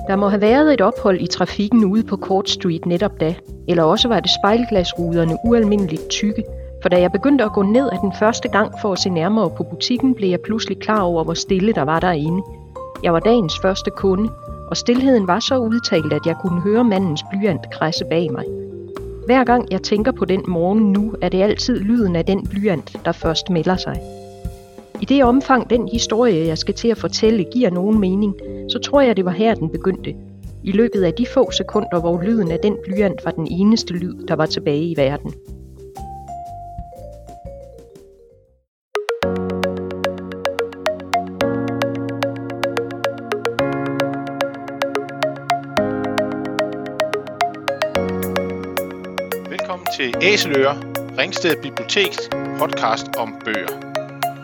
Der må have været et ophold i trafikken ude på Court Street netop da, eller også var det spejlglasruderne ualmindeligt tykke, for da jeg begyndte at gå ned ad den første gang for at se nærmere på butikken, blev jeg pludselig klar over, hvor stille der var derinde. Jeg var dagens første kunde, og stilheden var så udtalt, at jeg kunne høre mandens blyant kradse bag mig. Hver gang jeg tænker på den morgen nu, er det altid lyden af den blyant, der først melder sig. I det omfang, den historie, jeg skal til at fortælle, giver nogen mening, så tror jeg, det var her, den begyndte. I løbet af de få sekunder, hvor lyden af den blyant var den eneste lyd, der var tilbage i verden. Velkommen til Æseløer, Ringsted Biblioteks podcast om bøger.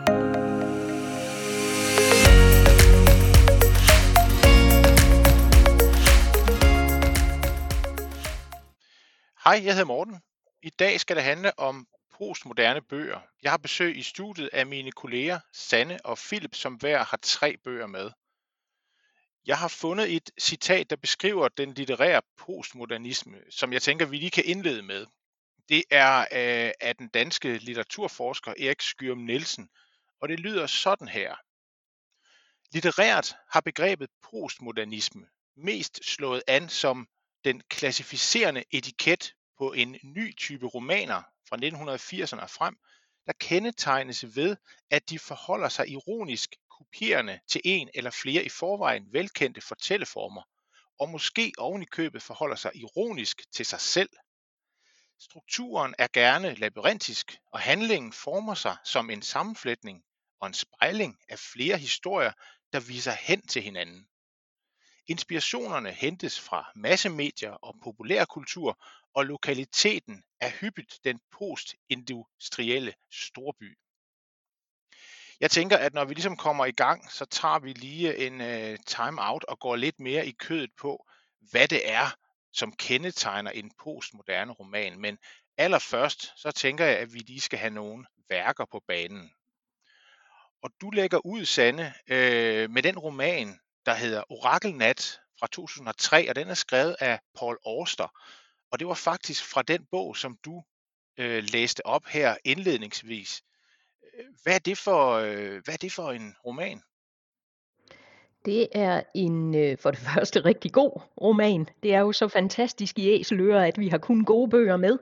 Hej, jeg hedder Morten. I dag skal det handle om postmoderne bøger. Jeg har besøg i studiet af mine kolleger Sanne og Philip, som hver har 3 bøger med. Jeg har fundet et citat, der beskriver den litterære postmodernisme, som jeg tænker, vi lige kan indlede med. Det er af den danske litteraturforsker Erik Skyum Nielsen, og det lyder sådan her. Litterært har begrebet postmodernisme mest slået an som den klassificerende etiket på en ny type romaner fra 1980'erne og frem, der kendetegnes ved, at de forholder sig ironisk kopierende til en eller flere i forvejen velkendte fortælleformer, og måske oven i købet forholder sig ironisk til sig selv. Strukturen er gerne labyrintisk, og handlingen former sig som en sammenflætning og en spejling af flere historier, der viser hen til hinanden. Inspirationerne hentes fra massemedier og populærkultur, og lokaliteten er hyppigt den postindustrielle storby. Jeg tænker, at når vi ligesom kommer i gang, så tager vi lige en time out og går lidt mere i kødet på, hvad det er, som kendetegner en postmoderne roman. Men allerførst, så tænker jeg, at vi lige skal have nogle værker på banen. Og du lægger ud, Sanne, med den roman, der hedder Orakelnat fra 2003, og den er skrevet af Paul Auster. Og det var faktisk fra den bog, som du læste op her indledningsvis. Hvad er det for en roman? Det er en for det første rigtig god roman. Det er jo så fantastisk i Æseløer, at vi har kun gode bøger med.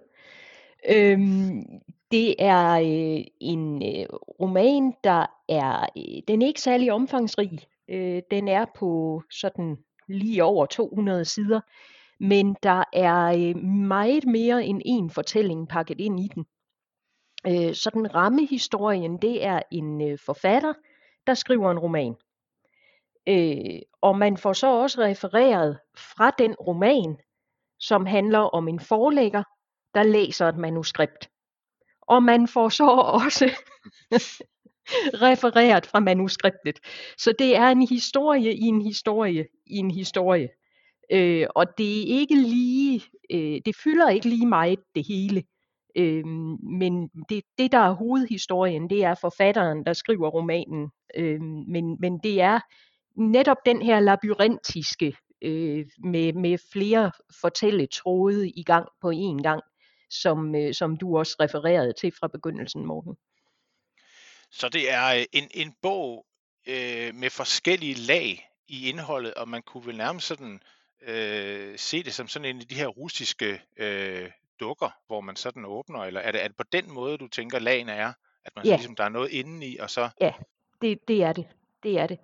Det er en roman, den er ikke særlig omfangsrig. Den er på sådan lige over 200 sider, men der er meget mere end en fortælling pakket ind i den. Sådan rammehistorien, det er en forfatter, der skriver en roman. Og man får så også refereret fra den roman, som handler om en forlægger, der læser et manuskript. Og man får så også refereret fra manuskriptet. Så det er en historie i en historie i en historie. Og det er ikke lige, det fylder ikke lige meget det hele. Men det der er hovedhistorien, det er forfatteren, der skriver romanen. Men det er netop den her labyrintiske med flere fortælletråde i gang på én gang, som du også refererede til fra begyndelsen, Morten. Så det er en bog med forskellige lag i indholdet, og man kunne vel nærmest sådan se det som sådan en af de her russiske dukker, hvor man sådan åbner, eller er det på den måde, du tænker, lagene er? At man så ligesom, der er noget indeni, og så... Ja, det er det. Det er det.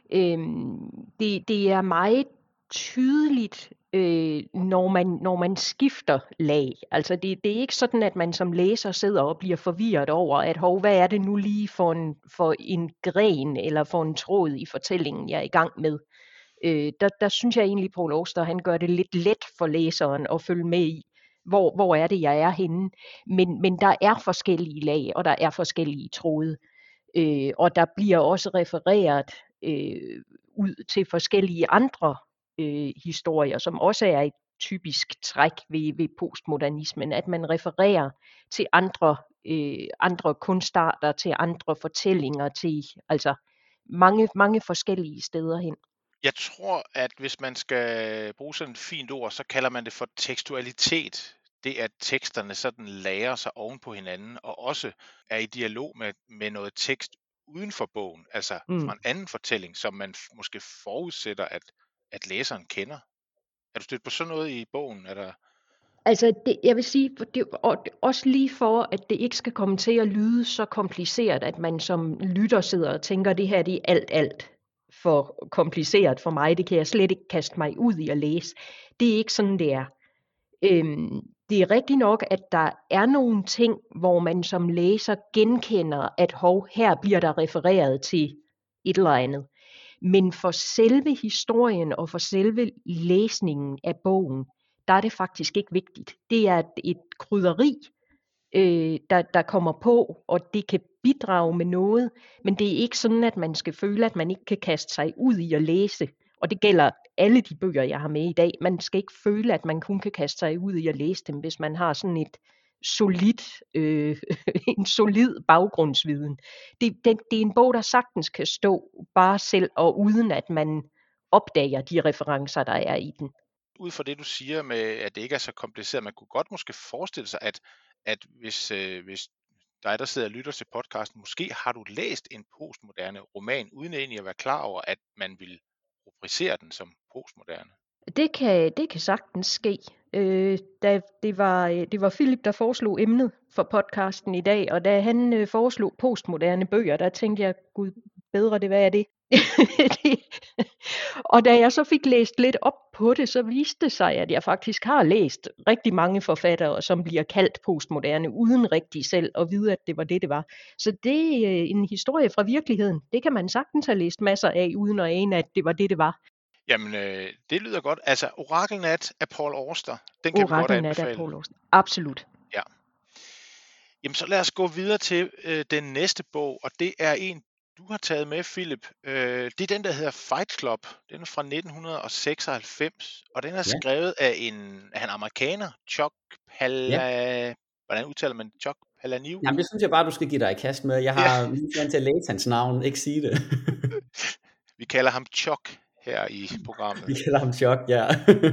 Det er meget tydeligt, når man skifter lag. Altså det er ikke sådan, at man som læser sidder og bliver forvirret over, at hvad er det nu lige for en gren eller for en tråd i fortællingen, jeg er i gang med. Der synes jeg egentlig, Paul Auster, han gør det lidt let for læseren at følge med i, hvor er det, jeg er henne. Men der er forskellige lag, og der er forskellige tråde. Og der bliver også refereret ud til forskellige andre historier, som også er et typisk træk ved postmodernismen, at man refererer til andre kunstarter, til andre fortællinger, til altså mange forskellige steder hen. Jeg tror, at hvis man skal bruge sådan et fint ord, så kalder man det for tekstualitet. Det, at teksterne sådan lærer sig oven på hinanden, og også er i dialog med noget tekst uden for bogen, altså fra Mm. en anden fortælling, som man måske forudsætter, at læseren kender. Er du stødt på sådan noget i bogen? Er der... Altså, jeg vil sige, også lige for, at det ikke skal komme til at lyde så kompliceret, at man som lytter sidder og tænker, det her det er alt for kompliceret for mig, det kan jeg slet ikke kaste mig ud i at læse. Det er ikke sådan, det er. Det er rigtigt nok, at der er nogle ting, hvor man som læser genkender, at her bliver der refereret til et eller andet. Men for selve historien og for selve læsningen af bogen, der er det faktisk ikke vigtigt. Det er et krydderi, der kommer på, og det kan bidrage med noget, men det er ikke sådan, at man skal føle, at man ikke kan kaste sig ud i at læse. Og det gælder alle de bøger, jeg har med i dag. Man skal ikke føle, at man kun kan kaste sig ud i at læse dem, hvis man har sådan en solid baggrundsviden. Det er en bog, der sagtens kan stå bare selv, og uden at man opdager de referencer, der er i den. Ud fra det, du siger med, at det ikke er så kompliceret, man kunne godt måske forestille sig, at hvis dig, der sidder og lytter til podcasten, måske har du læst en postmoderne roman, uden egentlig at være klar over, at man vil rubricere den som postmoderne. Det kan sagtens ske. Det var Philip, der foreslog emnet for podcasten i dag, og da han foreslog postmoderne bøger, der tænkte jeg, gud bedre det, hvad er det? Og da jeg så fik læst lidt op på det, så viste det sig, at jeg faktisk har læst rigtig mange forfattere, som bliver kaldt postmoderne, uden rigtig selv at vide, at det var det var. Så det er en historie fra virkeligheden. Det kan man sagtens have læst masser af, uden at ane, at det var det var. Jamen, det lyder godt. Altså, Orakelnat af Paul Auster, den kan vi godt Orakelnat af anbefale. Paul Auster. Absolut. Ja. Jamen, så lad os gå videre til den næste bog, og det er en, du har taget med, Philip. Det er den, der hedder Fight Club. Den er fra 1996, og den er skrevet af en amerikaner, Chuck Palahniuk. Hvordan udtaler man Chuck Palahniuk? Jamen, det synes jeg bare, du skal give dig i kast med. Jeg har lige til at læse hans navn, ikke sige det. Vi kalder ham Chuck her i programmet. Vi kalder ham Chuck, ja.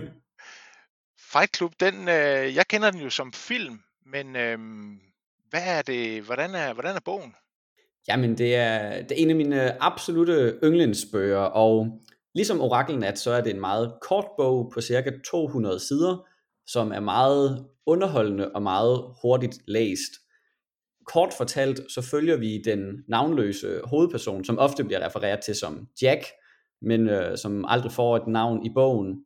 Fight Club, jeg kender den jo som film, men hvad er det? Hvordan er bogen? Jamen, det er en af mine absolutte yndlingsbøger, og ligesom Orakelnat, så er det en meget kort bog på cirka 200 sider, som er meget underholdende og meget hurtigt læst. Kort fortalt, så følger vi den navnløse hovedperson, som ofte bliver refereret til som Jack, men som aldrig får et navn i bogen.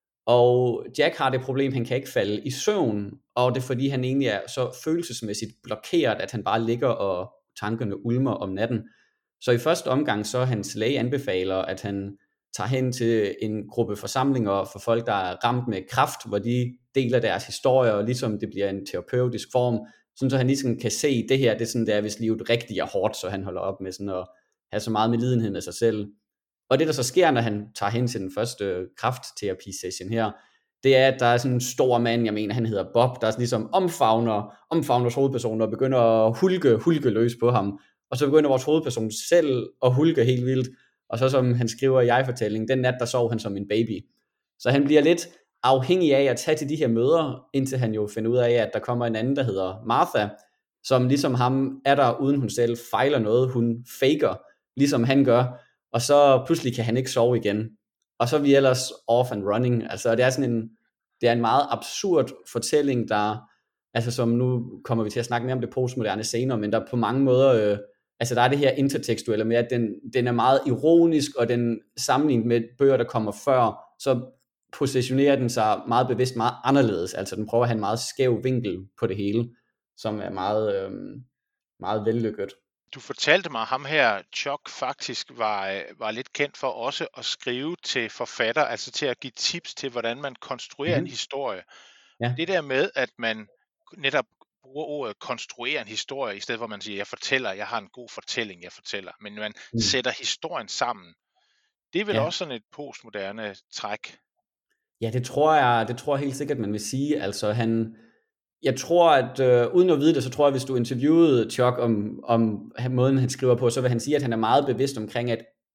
Og Jack har det problem, han kan ikke falde i søvn, og det er fordi, han egentlig er så følelsesmæssigt blokeret, at han bare ligger og tankerne ulmer om natten. Så i første omgang, så hans læge anbefaler, at han tager hen til en gruppe forsamlinger for folk, der er ramt med kræft, hvor de deler deres historier, og ligesom det bliver en terapeutisk form, sådan så han ligesom kan se, det her, det er sådan, det er, hvis livet rigtig er hårdt, så han holder op med sådan at have så meget medlidenhed med sig selv. Og det, der så sker, når han tager hen til den første kraftterapi-session her, det er, at der er sådan en stor mand, jeg mener, han hedder Bob, der ligesom omfavner vores hovedperson og begynder at hulke løs på ham. Og så begynder vores hovedperson selv at hulke helt vildt. Og så som han skriver i jeg-fortællingen, den nat, der sov han som en baby. Så han bliver lidt afhængig af at tage til de her møder, indtil han jo finder ud af, at der kommer en anden, der hedder Martha, som ligesom ham er der, uden hun selv fejler noget. Hun faker, ligesom han gør. Og så pludselig kan han ikke sove igen. Og så er vi ellers off and running. Altså det er en meget absurd fortælling, der, altså som nu kommer vi til at snakke mere om det postmoderne senere, men der på mange måder, altså der er det her intertekstuelle med, at den er meget ironisk, og den sammenlignet med bøger, der kommer før, så positionerer den sig meget bevidst meget anderledes. Altså den prøver at have en meget skæv vinkel på det hele, som er meget, meget vellykket. Du fortalte mig, at ham her, Chuck, faktisk var lidt kendt for også at skrive til forfatter, altså til at give tips til, hvordan man konstruerer en historie. Ja. Det der med, at man netop bruger ordet konstruere en historie, i stedet for at man siger, jeg har en god fortælling, jeg fortæller, men man sætter historien sammen. Det er vel også sådan et postmoderne træk? Ja, det tror jeg helt sikkert, man vil sige. Altså jeg tror, at uden at vide det, så tror jeg, hvis du interviewede Chuck om måden, han skriver på, så vil han sige, at han er meget bevidst omkring, at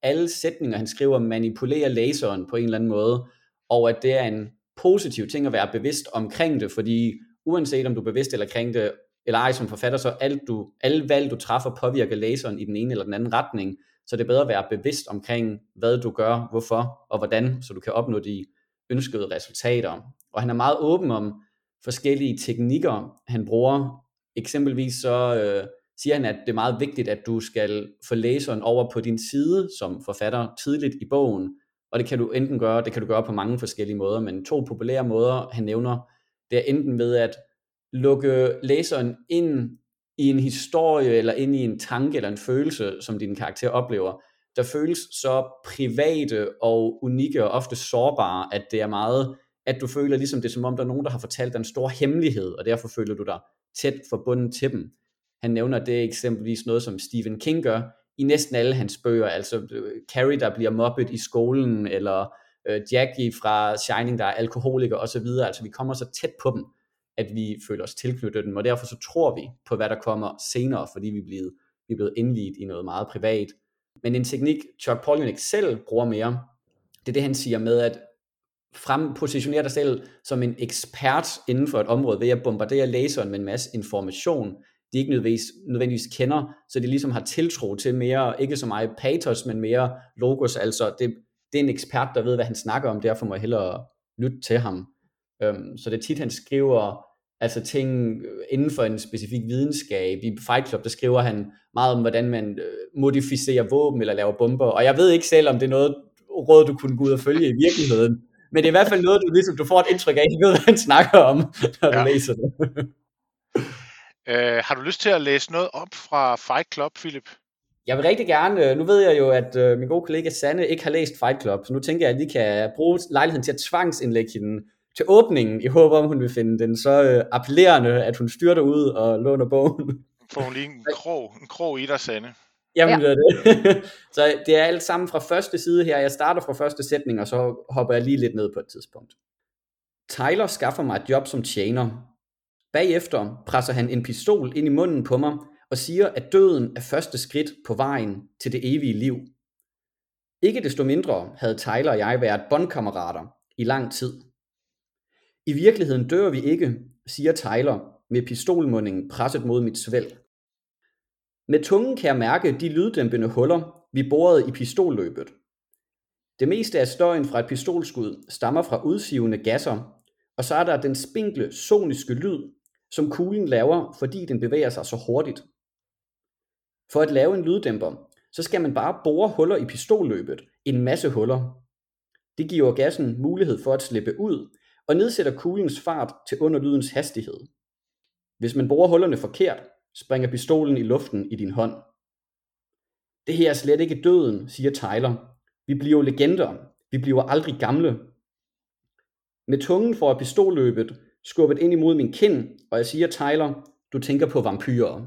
alle sætninger, han skriver, manipulerer læseren på en eller anden måde, og at det er en positiv ting at være bevidst omkring det, fordi uanset om du er bevidst eller omkring det, eller ej som forfatter, så alle valg, du træffer, påvirker læseren i den ene eller den anden retning, så det er bedre at være bevidst omkring, hvad du gør, hvorfor og hvordan, så du kan opnå de ønskede resultater. Og han er meget åben om forskellige teknikker, han bruger. Eksempelvis så siger han, at det er meget vigtigt, at du skal få læseren over på din side som forfatter tidligt i bogen, og det kan du enten gøre, det kan du gøre på mange forskellige måder, men 2 populære måder, han nævner, det er enten ved at lukke læseren ind i en historie, eller ind i en tanke, eller en følelse, som din karakter oplever, der føles så private og unikke, og ofte sårbare, at det er meget, at du føler ligesom det er som om, der er nogen, der har fortalt dig en stor hemmelighed, og derfor føler du dig tæt forbundet til dem. Han nævner det eksempelvis noget, som Stephen King gør i næsten alle hans bøger, altså Carrie, der bliver mobbet i skolen, eller Jackie fra Shining, der er alkoholiker osv., altså vi kommer så tæt på dem, at vi føler os tilknyttet dem, og derfor så tror vi på, hvad der kommer senere, fordi vi er blevet indviet i noget meget privat. Men en teknik, Chuck Palahniuk selv bruger mere, det er det, han siger med at positionere dig selv som en ekspert inden for et område, ved at bombardere læseren med en masse information, de ikke nødvendigvis kender, så de ligesom har tiltro til mere, ikke så meget patos, men mere logos, altså det er en ekspert, der ved, hvad han snakker om, derfor må jeg hellere lytte til ham. Så det er tit, han skriver altså ting inden for en specifik videnskab. I Fight Club, der skriver han meget om, hvordan man modificerer våben eller laver bomber, og jeg ved ikke selv, om det er noget råd, du kunne gå ud og følge i virkeligheden, men det er i hvert fald noget, du får et indtryk af, ikke ved, hvad han snakker om, når du læser det. Har du lyst til at læse noget op fra Fight Club, Philip? Jeg vil rigtig gerne. Nu ved jeg jo, at min gode kollega Sanne ikke har læst Fight Club, så nu tænker jeg, at de kan bruge lejligheden til at tvangsindlægge hende til åbningen, i håb om, hun vil finde den så appellerende, at hun styrter ud og låner bogen. Får hun lige en krog i dig, Sanne? Jamen, det er det. Så det er alt sammen fra første side her. Jeg starter fra første sætning, og så hopper jeg lige lidt ned på et tidspunkt. Tyler skaffer mig et job som tjener. Bagefter presser han en pistol ind i munden på mig og siger, at døden er første skridt på vejen til det evige liv. Ikke desto mindre havde Tyler og jeg været bondkammerater i lang tid. I virkeligheden dør vi ikke, siger Tyler med pistolmundingen presset mod mit svælg. Med tungen kan jeg mærke de lyddæmpende huller, vi borede i pistolløbet. Det meste af støjen fra et pistolskud stammer fra udsivende gasser, og så er der den spinkle, soniske lyd, som kuglen laver, fordi den bevæger sig så hurtigt. For at lave en lyddæmper, så skal man bare bore huller i pistolløbet, en masse huller. Det giver gassen mulighed for at slippe ud, og nedsætter kuglens fart til under lydens hastighed. Hvis man borer hullerne forkert, springer pistolen i luften i din hånd. Det her er slet ikke døden, siger Tyler. Vi bliver legender. Vi bliver aldrig gamle. Med tungen får jeg pistolløbet skubbet ind imod min kind, og jeg siger, Tyler, du tænker på vampyrer.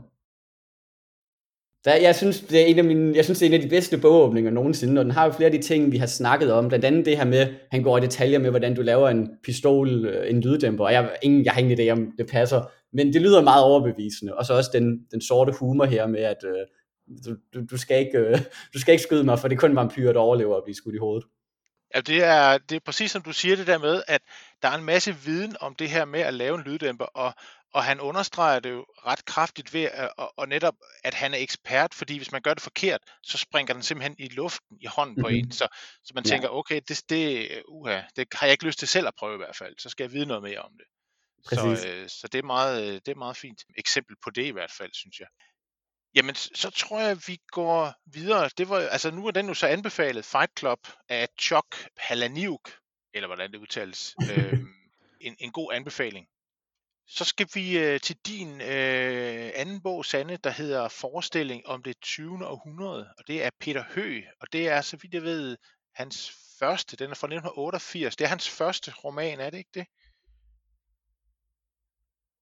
Jeg synes, det er en af de bedste bogåbninger nogensinde, og den har jo flere af de ting, vi har snakket om, blandt andet det her med, han går i detaljer med, hvordan du laver en pistol, en lyddæmper, og jeg har ingen idé om det passer, men det lyder meget overbevisende, og så også den sorte humor her med, at du skal ikke skyde mig, for det er kun vampyrer, der overlever at blive skudt i hovedet. Ja, det er præcis som du siger det der med, at der er en masse viden om det her med at lave en lyddæmper, og han understreger det jo ret kraftigt ved og netop, at han er ekspert, fordi hvis man gør det forkert, så springer den simpelthen i luften i hånden på en, så man tænker, okay, det har jeg ikke lyst til selv at prøve i hvert fald, så skal jeg vide noget mere om det. Så det er meget fint eksempel på det i hvert fald, synes jeg. Jamen, så tror jeg, vi går videre. Nu er den jo så anbefalet, Fight Club af Chuck Palahniuk, eller hvordan det udtales. En god anbefaling. Så skal vi til din anden bog, Sanne, der hedder Forestilling om det 20. århundrede, og det er Peter Høeg, og det er, så vidt jeg ved, hans første, den er fra 1988. Det er hans første roman, er det ikke det?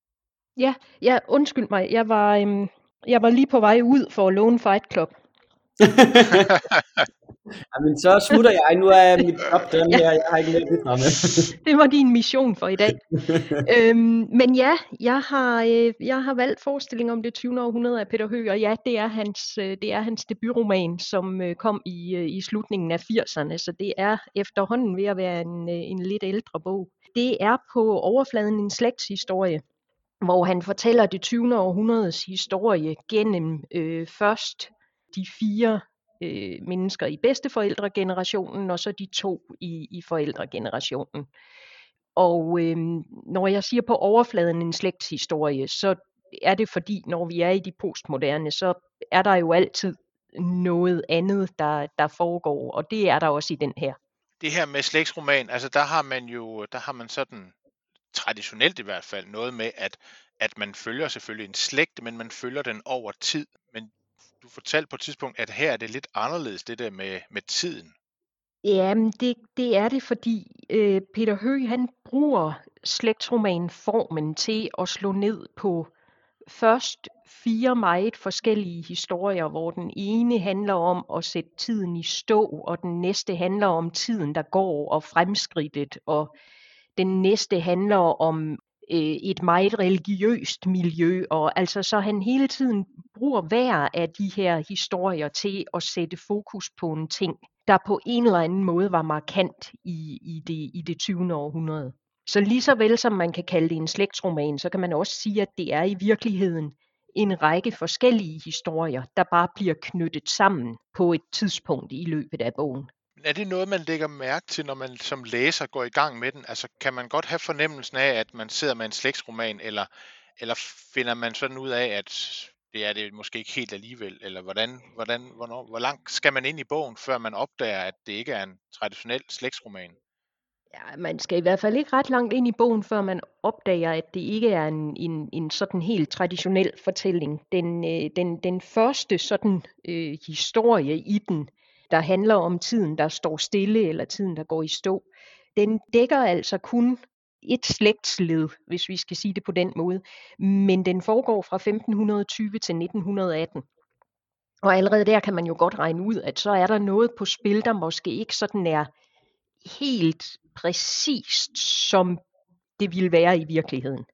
Ja, undskyld mig, jeg var lige på vej ud for at låne Fight Club. Jamen, så smutter jeg. Nu er mit job den her. Jeg har ikke mere at bidrage med. Det var din mission for i dag. Men ja, jeg har valgt Forestilling om det 20. århundrede af Peter Høeg, og ja, det er hans debutroman, som kom i slutningen af 80'erne, så det er efterhånden ved at være en lidt ældre bog. Det er på overfladen en slægtshistorie, hvor han fortæller det 20. århundredes historie gennem først de 4 mennesker i bedsteforældregenerationen, og så de 2 i forældregenerationen. Og når jeg siger på overfladen en slægtshistorie, så er det fordi, når vi er i de postmoderne, så er der jo altid noget andet, der foregår, og det er der også i den her. Det her med slægtsroman, altså der har man sådan traditionelt i hvert fald noget med, at man følger selvfølgelig en slægt, men man følger den over tid. Men du fortalte på et tidspunkt, at her er det lidt anderledes, det der med tiden. Ja, det er det, fordi Peter Høeg, han bruger slægtsromanformen til at slå ned på først 4 meget forskellige historier, hvor den ene handler om at sætte tiden i stå, og den næste handler om tiden, der går, og fremskridtet, og den næste handler om et meget religiøst miljø, og altså så han hele tiden bruger hver af de her historier til at sætte fokus på en ting, der på en eller anden måde var markant i det 20. århundrede. Så lige så vel som man kan kalde det en slægtsroman, så kan man også sige, at det er i virkeligheden en række forskellige historier, der bare bliver knyttet sammen på et tidspunkt i løbet af bogen. Er det noget, man lægger mærke til, når man som læser går i gang med den? Altså, kan man godt have fornemmelsen af, at man sidder med en slægtsroman, eller finder man sådan ud af, at det er det måske ikke helt alligevel? Eller hvor langt skal man ind i bogen, før man opdager, at det ikke er en traditionel slægtsroman? Ja, man skal i hvert fald ikke ret langt ind i bogen, før man opdager, at det ikke er en sådan helt traditionel fortælling. Den første sådan historie i den, der handler om tiden, der står stille, eller tiden, der går i stå, den dækker altså kun et slægtsled, hvis vi skal sige det på den måde. Men den foregår fra 1520 til 1918. Og allerede der kan man jo godt regne ud, at så er der noget på spil, der måske ikke sådan er helt præcist, som det ville være i virkeligheden.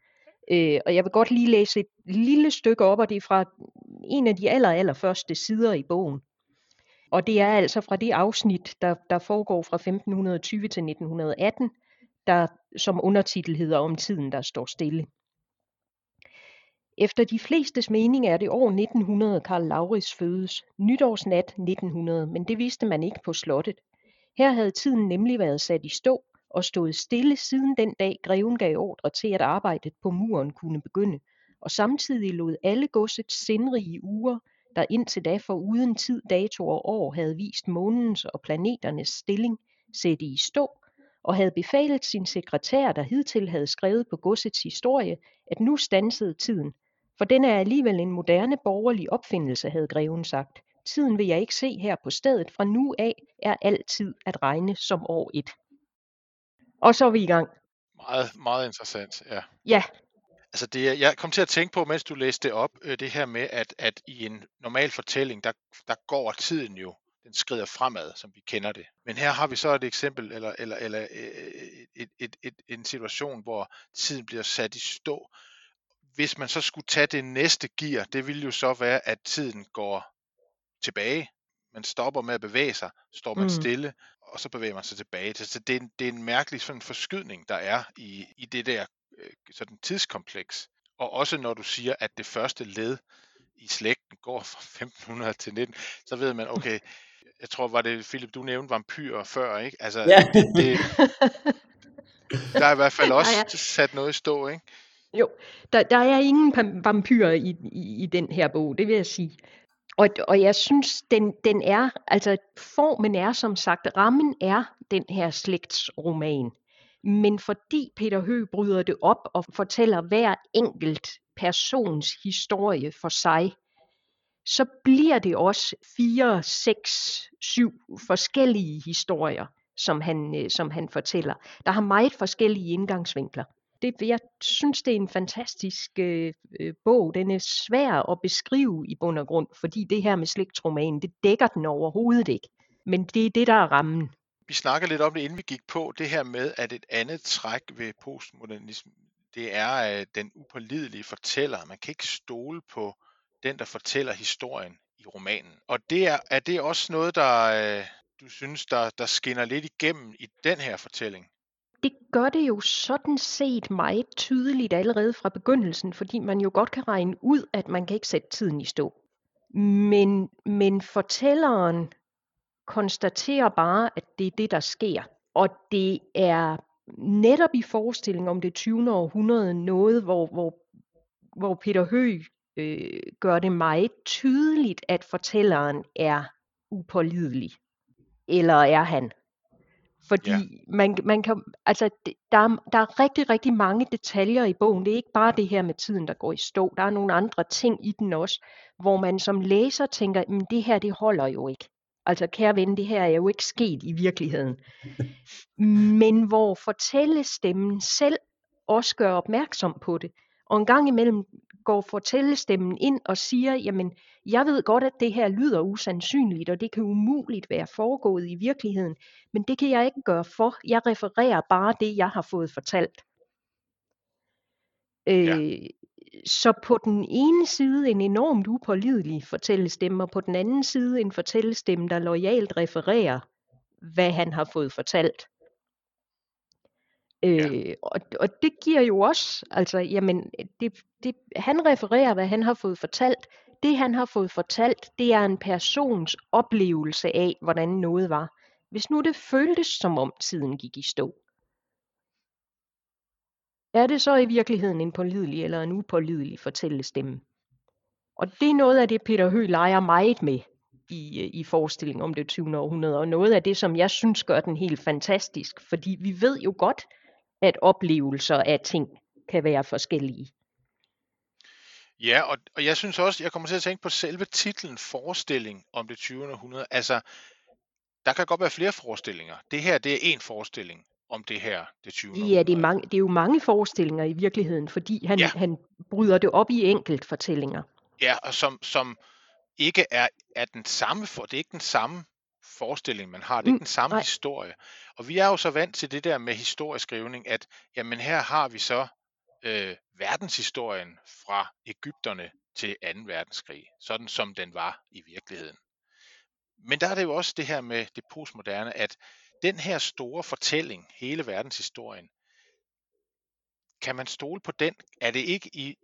Og jeg vil godt lige læse et lille stykke op, og det er fra en af de allerførste sider i bogen. Og det er altså fra det afsnit, der foregår fra 1520 til 1918, der som undertitel hedder Om tiden, der står stille. Efter de flestes mening er det år 1900, Karl Laurids fødes. Nytårsnat 1900, men det vidste man ikke på slottet. Her havde tiden nemlig været sat i stå og stået stille siden den dag greven gav ordre til, at arbejdet på muren kunne begynde, og samtidig lod alle godsets sindrige uger, der indtil da for uden tid, dato og år havde vist månens og planeternes stilling, sætte i stå, og havde befalet sin sekretær, der hidtil havde skrevet på godsets historie, at nu standsede tiden, for den er alligevel en moderne borgerlig opfindelse, havde greven sagt. Tiden vil jeg ikke se her på stedet. Fra nu af er altid at regne som år 1. Og så er vi i gang. Meget, meget interessant, ja. Ja. Altså jeg kom til at tænke på, mens du læste det op, det her med, at i en normal fortælling, der går tiden jo, den skrider fremad, som vi kender det. Men her har vi så et eksempel, eller en situation, hvor tiden bliver sat i stå. Hvis man så skulle tage det næste gear, det ville jo så være, at tiden går tilbage. Man stopper med at bevæge sig, står man stille, og så bevæger man sig tilbage. Så det er en mærkelig sådan forskydning, der er i det der sådan tidskompleks. Og også når du siger, at det første led i slægten går fra 1500 til 19, så ved man, okay, jeg tror, var det, Philip, du nævnte vampyrer før, ikke? Altså, Ja. der er i hvert fald også sat noget i stå, ikke? Jo, der er ingen vampyrer i den her bog, det vil jeg sige. Og jeg synes, den er, altså formen er som sagt, rammen er den her slægtsroman. Men fordi Peter Høeg bryder det op og fortæller hver enkelt persons historie for sig, så bliver det også 4, 6, 7 forskellige historier, som han fortæller. Der har meget forskellige indgangsvinkler. jeg synes, det er en fantastisk bog. Den er svær at beskrive i bund og grund, fordi det her med slægtsromanen, det dækker den overhovedet ikke. Men det er det, der er rammen. Vi snakkede lidt om det, inden vi gik på, det her med, at et andet træk ved postmodernisme, det er den upålidelige fortæller. Man kan ikke stole på den, der fortæller historien i romanen. Og er det også noget, der du synes, der skinner lidt igennem i den her fortælling? Det gør det jo sådan set meget tydeligt allerede fra begyndelsen, fordi man jo godt kan regne ud, at man kan ikke sætte tiden i stå. Men fortælleren konstaterer bare, at det er det, der sker. Og det er netop i forestillingen om det 20. århundrede noget, hvor Peter Høeg gør det meget tydeligt, at fortælleren er upålidelig. Eller er han? Fordi man kan, altså, der er rigtig, rigtig mange detaljer i bogen. Det er ikke bare det her med tiden, der går i stå. Der er nogle andre ting i den også, hvor man som læser tænker, det her, det holder jo ikke. Altså, kære ven, det her er jo ikke sket i virkeligheden. Men hvor fortællestemmen selv også gør opmærksom på det. Og en gang imellem går fortællestemmen ind og siger, jamen, jeg ved godt, at det her lyder usandsynligt, og det kan umuligt være foregået i virkeligheden, men det kan jeg ikke gøre for. Jeg refererer bare det, jeg har fået fortalt. Så på den ene side en enormt upålidelig fortællestemme, og på den anden side en fortællestemme, der loyalt refererer, hvad han har fået fortalt. Og det giver jo også, altså, jamen, han refererer, hvad han har fået fortalt. Det, han har fået fortalt, det er en persons oplevelse af, hvordan noget var. Hvis nu det føltes, som om tiden gik i stå, er det så i virkeligheden en pålidelig eller en upålidelig fortællestemme? Og det er noget af det, Peter Høeg leger meget med i forestillingen om det 20. århundrede, og noget af det, som jeg synes gør den helt fantastisk, fordi vi ved jo godt, at oplevelser af ting kan være forskellige. Ja, og jeg synes også, jeg kommer til at tænke på selve titlen forestilling om det 20. århundrede. Altså, der kan godt være flere forestillinger. Det her, det er en forestilling om det her, det 20. århundrede. Ja, det er jo mange forestillinger i virkeligheden, fordi han bryder det op i enkelt fortællinger. Ja, og som ikke er den samme, det er ikke den samme forestilling, man har. Det er ikke den samme historie. Og vi er jo så vant til det der med historieskrivning, at jamen her har vi så verdenshistorien fra Egypterne til 2. verdenskrig, sådan som den var i virkeligheden. Men der er det jo også det her med det postmoderne, at den her store fortælling, hele verdenshistorien, kan man stole på den? Er det ikke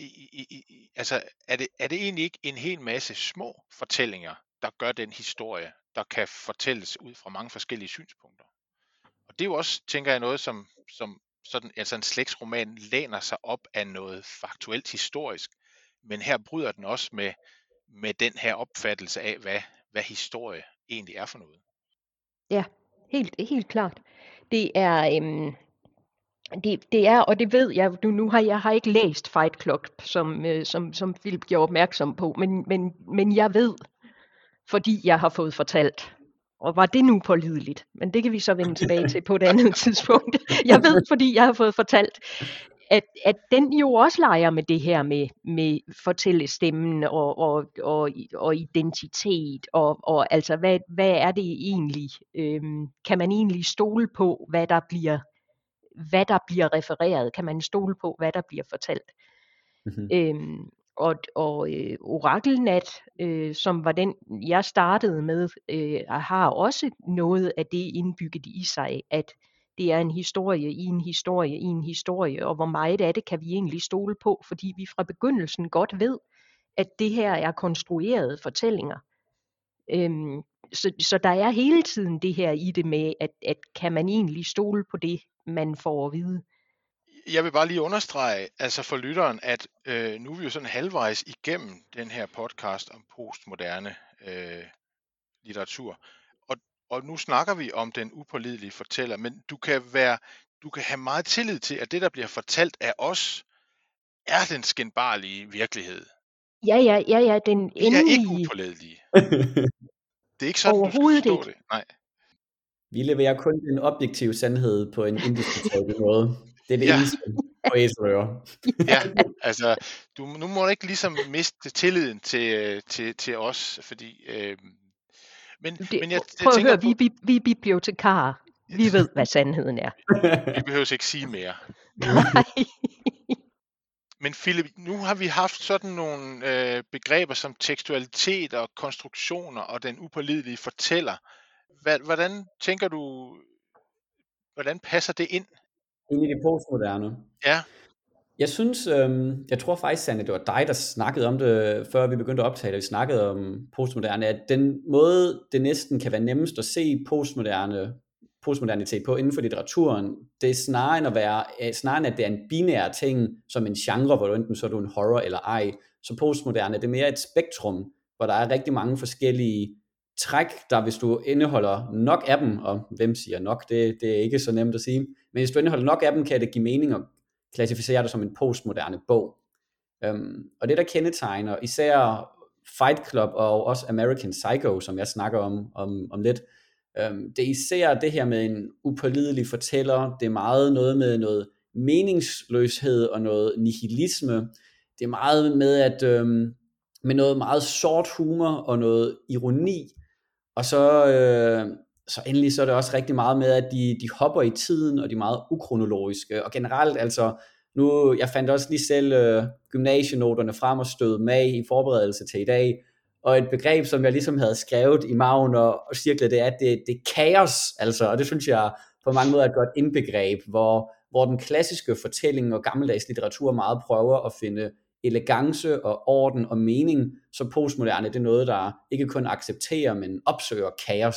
er det egentlig ikke en hel masse små fortællinger, der gør den historie, der kan fortælles ud fra mange forskellige synspunkter? Og det er jo også, tænker jeg, noget som sådan, altså en slægtsroman læner sig op af noget faktuelt historisk, men her bryder den også med den her opfattelse af, hvad historie egentlig er for noget. Ja, helt klart. Det er, det er, og det ved jeg, jeg har ikke læst Fight Club, som Philip gjorde opmærksom på, men jeg ved, fordi jeg har fået fortalt. Og var det nu pålideligt? Men det kan vi så vende tilbage til på et andet tidspunkt. Jeg ved, fordi jeg har fået fortalt, at den jo også leger med det her med fortællestemmen og identitet, og altså, hvad er det egentlig? Kan man egentlig stole på, hvad der bliver refereret? Kan man stole på, hvad der bliver fortalt? Mm-hmm. Orakelnat, som var den, jeg startede med, har også noget af det indbygget i sig, at det er en historie i en historie i en historie, og hvor meget af det kan vi egentlig stole på, fordi vi fra begyndelsen godt ved, at det her er konstruerede fortællinger. Så der er hele tiden det her i det med, at kan man egentlig stole på det, man får at vide. Jeg vil bare lige understrege, altså for lytteren, at nu er vi jo sådan halvvejs igennem den her podcast om postmoderne litteratur. Og nu snakker vi om den upålidelige fortæller, men du kan have meget tillid til, at det, der bliver fortalt af os, er den skinbarlige virkelighed. Ja, den endelige. Vi er ikke upålidelige. Det er ikke sådan, du skal forstå det. Nej. Vi leverer kun en objektiv sandhed på en indiskutabel måde. Det er det Ja. eneste på æselører. Ja, altså, nu må du ikke ligesom miste tilliden til os, fordi... Men jeg Prøv at tænker høre, på, vi er bibliotekarer. Vi ved, hvad sandheden er. vi behøver ikke sige mere. Nej. Men Philip, nu har vi haft sådan nogle begreber som tekstualitet og konstruktioner og den upålidelige fortæller. Hvordan tænker du, hvordan passer det ind? Ind i det postmoderne. Ja, Jeg synes, jeg tror faktisk, Sanne, det var dig, der snakkede om det, før vi begyndte at optage det. Vi snakkede om postmoderne, at den måde, det næsten kan være nemmest at se postmodernitet på inden for litteraturen, det er snarere end at det er en binær ting, som en genre, hvor du enten så er du en horror eller ej. Så postmoderne, det er mere et spektrum, hvor der er rigtig mange forskellige træk, der hvis du indeholder nok af dem, og hvem siger nok, det er ikke så nemt at sige, men hvis du indeholder nok af dem, kan det give mening at klassificere det som en postmoderne bog. Og det der kendetegner især Fight Club og også American Psycho, som jeg snakker om lidt, det er især det her med en upålidelig fortæller, det er meget noget med noget meningsløshed og noget nihilisme, det er meget med noget meget sort humor og noget ironi, og så endelig så er det også rigtig meget med, at de hopper i tiden, og de er meget ukronologiske, og generelt altså, jeg fandt også lige selv gymnasienoterne frem og stød med i forberedelse til i dag, og et begreb, som jeg ligesom havde skrevet i maven og cirklet, det er, at det er kaos, altså, og det synes jeg på mange måder er et godt indbegreb, hvor den klassiske fortælling og gammeldags litteratur meget prøver at finde elegance og orden og mening, så postmoderne det er noget, der ikke kun accepterer, men opsøger kaos.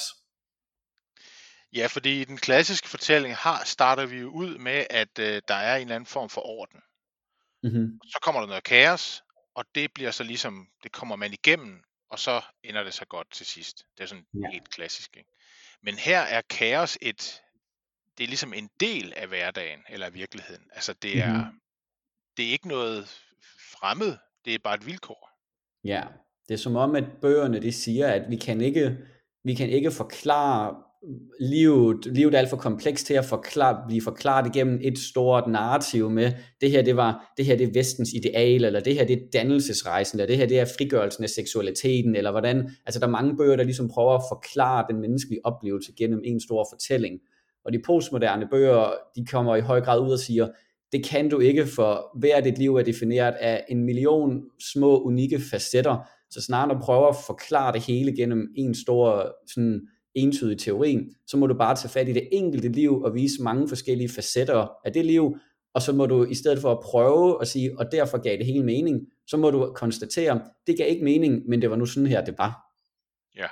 Ja, fordi i den klassiske fortælling starter vi jo ud med, at der er en eller anden form for orden. Mm-hmm. Så kommer der noget kaos, og det bliver så ligesom, det kommer man igennem, og så ender det så godt til sidst. Det er sådan helt klassisk, ikke? Men her er kaos det er ligesom en del af hverdagen, eller af virkeligheden. Altså det er ikke noget fremmed, det er bare et vilkår. Ja, det er som om, at bøgerne de siger, at vi kan ikke forklare livet er alt for komplekst til at blive forklaret igennem et stort narrativ med, det her det er vestens ideal, eller det her det er dannelsesrejsen, eller det her det er frigørelsen af seksualiteten, eller hvordan, altså der er mange bøger, der ligesom prøver at forklare den menneskelige oplevelse gennem en stor fortælling, og de postmoderne bøger, de kommer i høj grad ud og siger, det kan du ikke, for hver dit liv er defineret af 1 million små unikke facetter, så snarere når du prøver at forklare det hele gennem en stor sådan entydig teori, så må du bare tage fat i det enkelte liv og vise mange forskellige facetter af det liv, og så må du i stedet for at prøve at sige, og derfor gav det hele mening, så må du konstatere, det gav ikke mening, men det var nu sådan her, det var. Ja.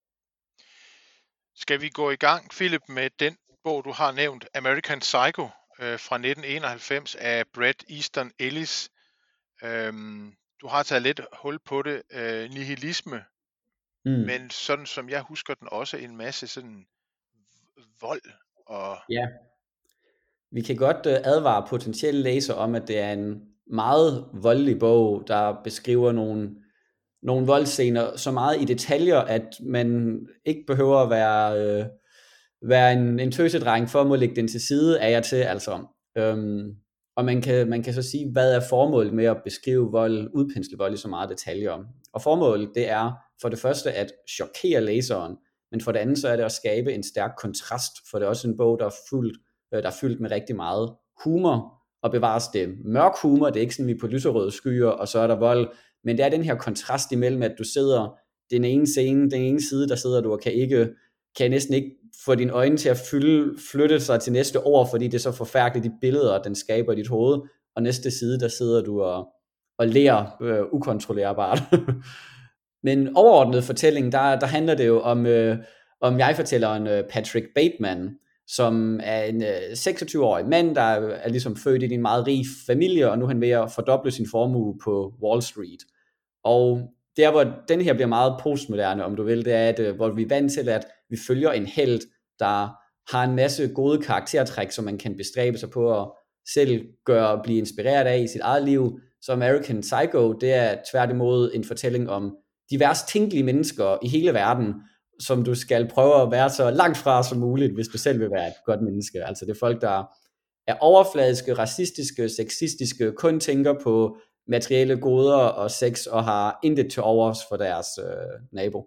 Skal vi gå i gang, Philip, med den bog, du har nævnt, American Psycho, fra 1991 af Bret Easton Ellis. Du har taget lidt hul på det, nihilisme, men sådan som jeg husker den også en masse sådan vold og... Ja, vi kan godt advare potentielle læsere om, at det er en meget voldelig bog, der beskriver nogle voldscener så meget i detaljer, at man ikke behøver at være en tøsedreng for at må lægge den til side af jer til, altså. Og man kan så sige, hvad er formålet med at beskrive vold, udpensle vold i så meget detaljer. Og formålet det er for det første at chokere læseren, men for det andet så er det at skabe en stærk kontrast, for det er også en bog, der er fyldt med rigtig meget humor, og bevares det mørk humor, det er ikke sådan, vi er på lyserøde skyer, og så er der vold, men det er den her kontrast imellem, at du sidder den ene side, der sidder du og kan næsten ikke få dine øjne til at flytte sig til næste år, fordi det er så forfærdeligt, de billeder, den skaber i dit hoved, og næste side, der sidder du og ler ukontrollerbart. Men overordnet fortælling, der handler det jo om jeg-fortælleren Patrick Bateman, som er en 26-årig mand, der er ligesom født i en meget rig familie, og nu er han ved at fordoble sin formue på Wall Street. Og der hvor den her bliver meget postmoderne, om du vil, det er, at hvor vi er vant til, at vi følger en helt, der har en masse gode karaktertræk, som man kan bestræbe sig på at selv blive inspireret af i sit eget liv. Så American Psycho, det er tværtimod en fortælling om de værst tænkelige mennesker i hele verden, som du skal prøve at være så langt fra som muligt, hvis du selv vil være et godt menneske. Altså det er folk, der er overfladiske, racistiske, sexistiske, kun tænker på materielle goder og sex, og har intet til overs for deres nabo.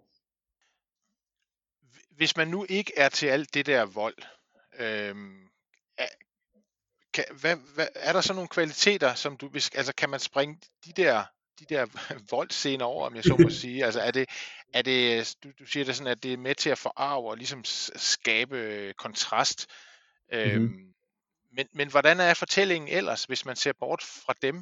Hvis man nu ikke er til alt det der vold, er der så nogle kvaliteter, som altså kan man springe de der voldscener over, om jeg så må sige? Altså er det du siger det sådan, at det er med til at forarve og ligesom skabe kontrast. Men hvordan er fortællingen ellers, hvis man ser bort fra dem?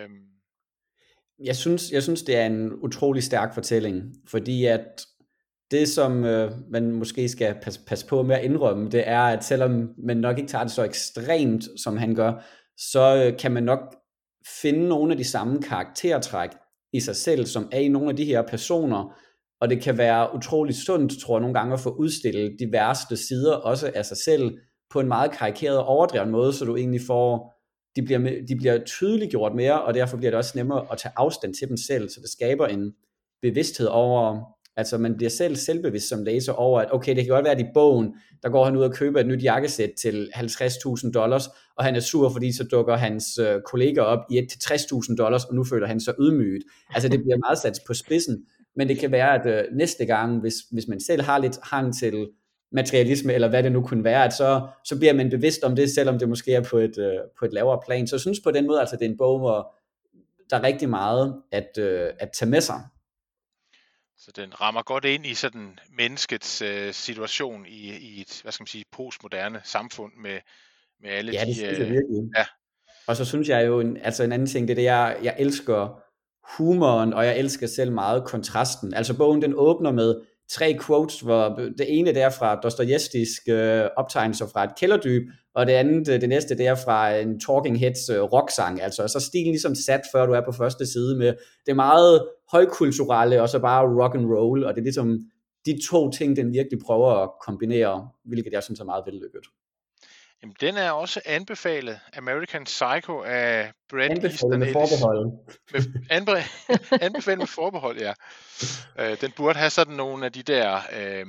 Jeg synes, det er en utrolig stærk fortælling, fordi at det, som man måske skal passe på med at indrømme, det er, at selvom man nok ikke tager det så ekstremt, som han gør, så kan man nok finde nogle af de samme karaktertræk i sig selv, som er i nogle af de her personer, og det kan være utrolig sundt, tror jeg, nogle gange at få udstillet de værste sider også af sig selv, på en meget karikeret og overdreven måde, så du egentlig får, de bliver tydeliggjort mere, og derfor bliver det også nemmere at tage afstand til dem selv, så det skaber en bevidsthed over, altså man bliver selvbevidst som læser over, at okay, det kan godt være, at i bogen, der går han ud og køber et nyt jakkesæt til $50,000, og han er sur, fordi så dukker hans kollega op i et til $60,000, og nu føler han sig ydmyget. Altså det bliver meget sat på spidsen, men det kan være, at næste gang, hvis man selv har lidt hang til materialisme, eller hvad det nu kunne være, at så bliver man bevidst om det, selvom det måske er på et lavere plan. Så jeg synes på den måde, altså det er en bog, hvor der er rigtig meget at tage med sig. Så den rammer godt ind i sådan menneskets situation i et, hvad skal man sige, postmoderne samfund med alle ja, de... det synes jeg virkelig. Ja. Og så synes jeg jo, en anden ting, det er det, jeg elsker humoren, og jeg elsker selv meget kontrasten. Altså bogen, den åbner med 3 quotes, hvor det ene det er fra Dostojevskijs optegnelser fra et kælderdyb, og det andet, det næste, det er fra en Talking Heads rocksang. Altså så stilen ligesom sat, før du er på første side med det meget højkulturelle, og så bare rock and roll, og det er ligesom de 2 ting, den virkelig prøver at kombinere, hvilket jeg synes er meget vellykket. Jamen, den er også anbefalet, American Psycho af Bret Easton Ellis. Anbefalet med forbehold. Anbefalet med forbehold, ja. Den burde have sådan nogle af de der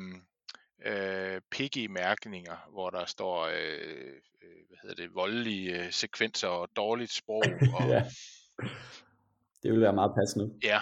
piggy-mærkninger, hvor der står voldelige sekvenser og dårligt sprog. Og... ja. Det vil være meget passende. Ja.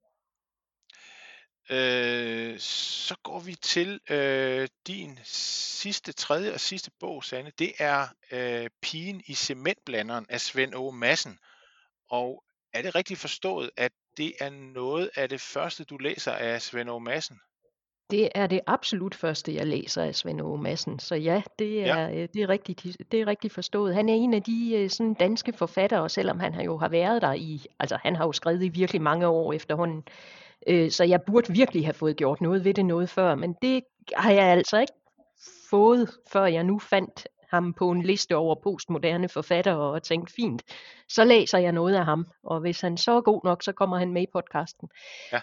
Så går vi til din tredje og sidste bog, Sanne. Det er Pigen i cementblanderen af Svend Åge Madsen. Og er det rigtigt forstået, at det er noget af det første, du læser af Svend Åge Madsen? Det er det absolut første, jeg læser af Svend Åge Madsen. Så ja, det er rigtigt forstået. Han er en af de sådan danske forfattere, selvom han jo har været der altså han har jo skrevet i virkelig mange år efterhånden. Så jeg burde virkelig have fået gjort noget ved det noget før, men det har jeg altså ikke fået, før jeg nu fandt ham på en liste over postmoderne forfattere og tænkte, fint, så læser jeg noget af ham, og hvis han så er god nok, så kommer han med i podcasten. Ja.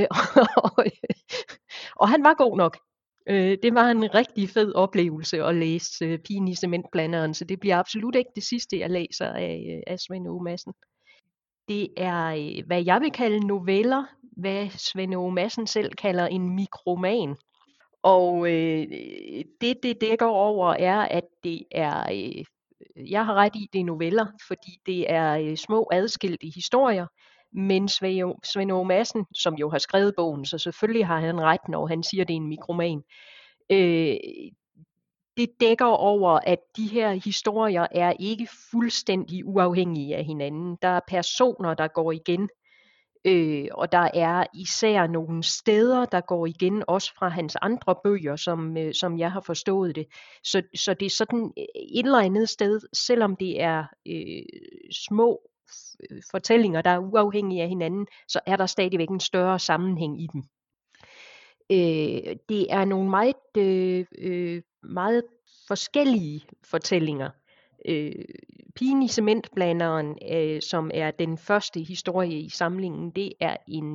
Og han var god nok. Det var en rigtig fed oplevelse at læse Pigen i cementblanderen, så det bliver absolut ikke det sidste, jeg læser af Svend Åge Madsen. Det er, hvad jeg vil kalde noveller, hvad Svend Åge Madsen selv kalder en mikroman. Og det dækker over er, at det er, jeg har ret i, det er noveller, fordi det er små adskilte historier, men Svend Åge Madsen, som jo har skrevet bogen, så selvfølgelig har han ret, når han siger, det er en mikroman. Det dækker over, at de her historier er ikke fuldstændig uafhængige af hinanden. Der er personer, der går igen, og der er især nogle steder, der går igen, også fra hans andre bøger, som jeg har forstået det. Så det er sådan et eller andet sted, selvom det er små fortællinger, der er uafhængige af hinanden, så er der stadigvæk en større sammenhæng i dem. Det er nogle meget forskellige fortællinger. Pigen i cementblanderen, som er den første historie i samlingen, det er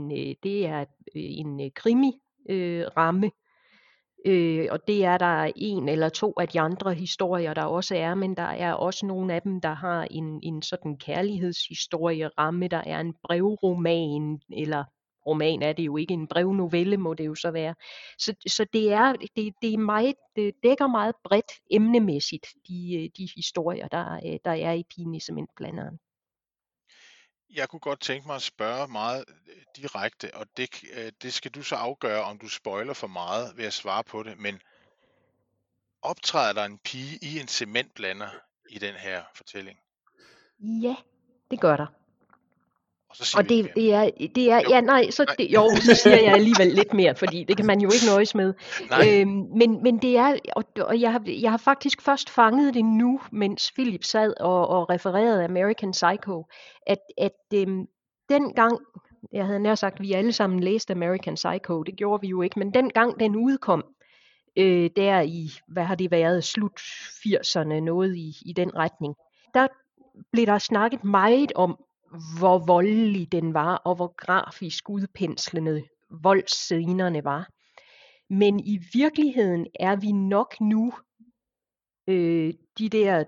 en krimi-ramme, og det er der 1 eller 2 af de andre historier, der også er, men der er også nogle af dem, der har en sådan kærlighedshistorie-ramme, der er en brevroman, eller roman er det jo ikke, en brevnovelle må det jo så være. Så det er meget, det dækker meget bredt emnemæssigt, de historier, der er i Pigen i Cementblanderen. Jeg kunne godt tænke mig at spørge meget direkte, og det skal du så afgøre, om du spoiler for meget ved at svare på det, men optræder der en pige i en cementblander i den her fortælling? Ja, det gør der. Og så siger Og vi ikke mere. det er, Jo. ja nej, så siger jeg alligevel lidt mere, fordi det kan man jo ikke nøjes med. Nej. Men det er, og jeg har faktisk først fanget det nu, mens Philip sad og refererede American Psycho, at dengang, jeg havde nær sagt, vi alle sammen læste American Psycho, det gjorde vi jo ikke, men dengang den udkom, der i, hvad har det været, slut 80'erne, noget i den retning, der blev der snakket meget om, hvor voldelig den var, og hvor grafisk udpenslende voldsscenerne var. Men i virkeligheden er vi nok nu, de der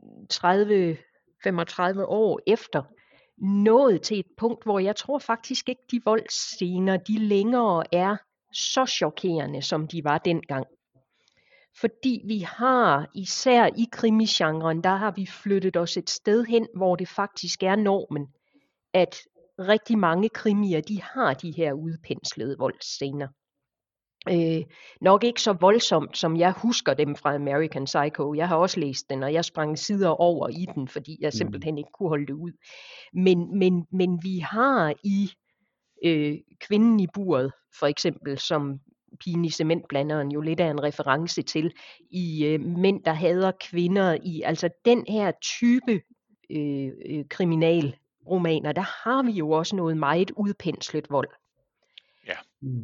30-35 år efter, nået til et punkt, hvor jeg tror faktisk ikke, de voldsscener, de længere er så chokerende, som de var dengang. Fordi vi har, især i krimigenren, der har vi flyttet os et sted hen, hvor det faktisk er normen, at rigtig mange krimier, de har de her udpenslede voldsscener. Nok ikke så voldsomt, som jeg husker dem fra American Psycho. Jeg har også læst den, og jeg sprang sider over i den, fordi jeg simpelthen ikke kunne holde det ud. Men vi har i Kvinden i buret, for eksempel, som Pigen i Cementblanderen jo lidt er en reference til, i Mænd, der hader kvinder, i altså den her type kriminalromaner, der har vi jo også noget meget udpenslet vold. Ja.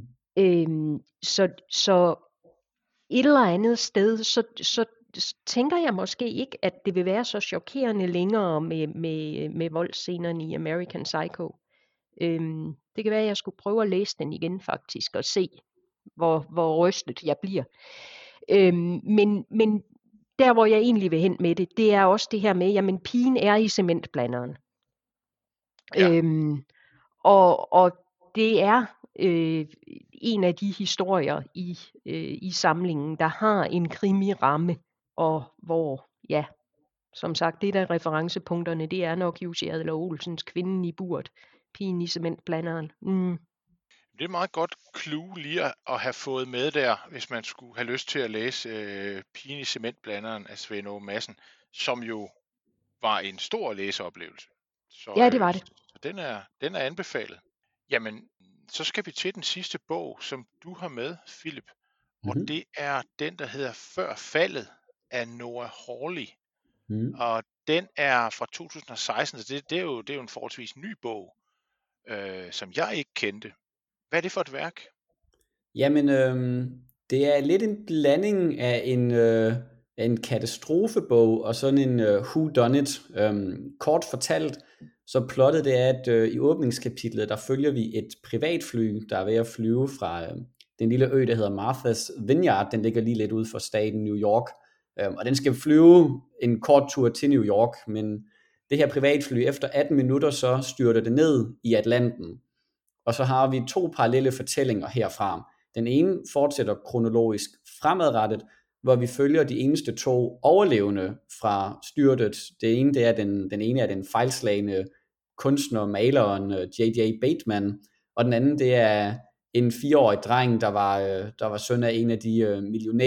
Så et eller andet sted, så tænker jeg måske ikke, at det vil være så chokerende længere med voldsscenerne i American Psycho. Det kan være, at jeg skulle prøve at læse den igen faktisk, og se, hvor rystet jeg bliver. Men der, hvor jeg egentlig vil hen med det er også det her med, jamen pigen er i cementblanderen. Ja. Og det er en af de historier i samlingen, der har en krimiramme, og hvor, ja, som sagt, det der referencepunkterne, det er nok Jussi Adler Olsens Kvinden i buret, Pigen i Cementblanderen. Det er et meget godt clue lige at have fået med der, hvis man skulle have lyst til at læse Pigen i Cementblanderen af Svend Åge Madsen, som jo var en stor læseoplevelse. Så, Ja, det var det. Så den er anbefalet. Jamen, så skal vi til den sidste bog, som du har med, Philip. Og det er den, der hedder Før faldet af Noah Hawley. Og den er fra 2016, så det er jo en forholdsvis ny bog, som jeg ikke kendte. Hvad er det for et værk? Jamen, det er lidt en blanding af en katastrofebog og sådan en whodunit. Kort fortalt, så plottet det er, at i åbningskapitlet, der følger vi et privatfly, der er ved at flyve fra den lille ø, der hedder Martha's Vineyard. Den ligger lige lidt ude for staten New York. Og den skal flyve en kort tur til New York, men det her privatfly, efter 18 minutter, så styrter det ned i Atlanten. Og så har vi 2 parallelle fortællinger herfra. Den ene fortsætter kronologisk fremadrettet, hvor vi følger de eneste 2 overlevende fra styrtet. Det ene, det er den ene er den fejlslagne kunstner, maleren J.J. Bateman, og den anden, det er en 4-årig dreng, der var søn af en af de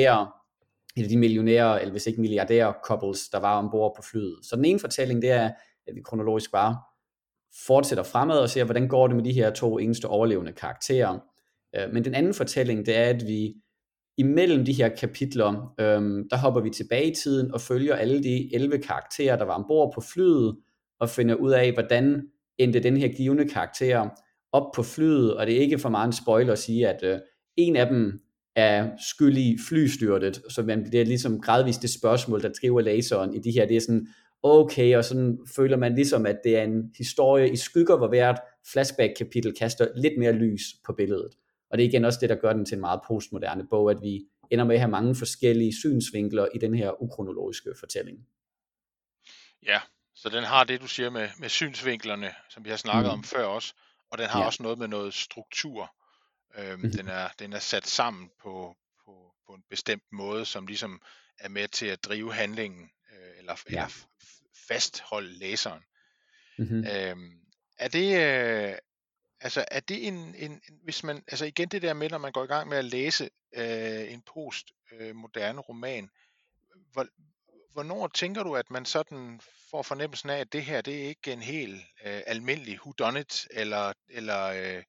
millionærer, eller hvis ikke milliardærer couples, der var ombord på flyet. Så den ene fortælling, det er, at vi kronologisk bare fortsætter fremad og ser, hvordan går det med de her 2 eneste overlevende karakterer. Men den anden fortælling, det er, at vi imellem de her kapitler, der hopper vi tilbage i tiden og følger alle de 11 karakterer, der var ombord på flyet, og finder ud af, hvordan endte den her givende karakter op på flyet, og det er ikke for meget en spoiler at sige, at en af dem er skyldig i flystyrtet, så man bliver ligesom gradvist det spørgsmål, der driver læseren i de her, det er sådan, okay, og sådan føler man ligesom, at det er en historie i skygger, hvor hvert flashback-kapitel kaster lidt mere lys på billedet. Og det er igen også det, der gør den til en meget postmoderne bog, at vi ender med at have mange forskellige synsvinkler i den her ukronologiske fortælling. Ja, så den har det, du siger med synsvinklerne, som vi har snakket om før også, og den har Ja, også noget med noget struktur. Den er sat sammen på en bestemt måde, som ligesom er med til at drive handlingen, eller ja. fastholde læseren. Mm-hmm. Er det er det hvis man, altså igen det der med, når man går i gang med at læse en postmoderne roman, hvornår tænker du, at man sådan får fornemmelsen af, at det her, det er ikke en helt almindelig whodunit, eller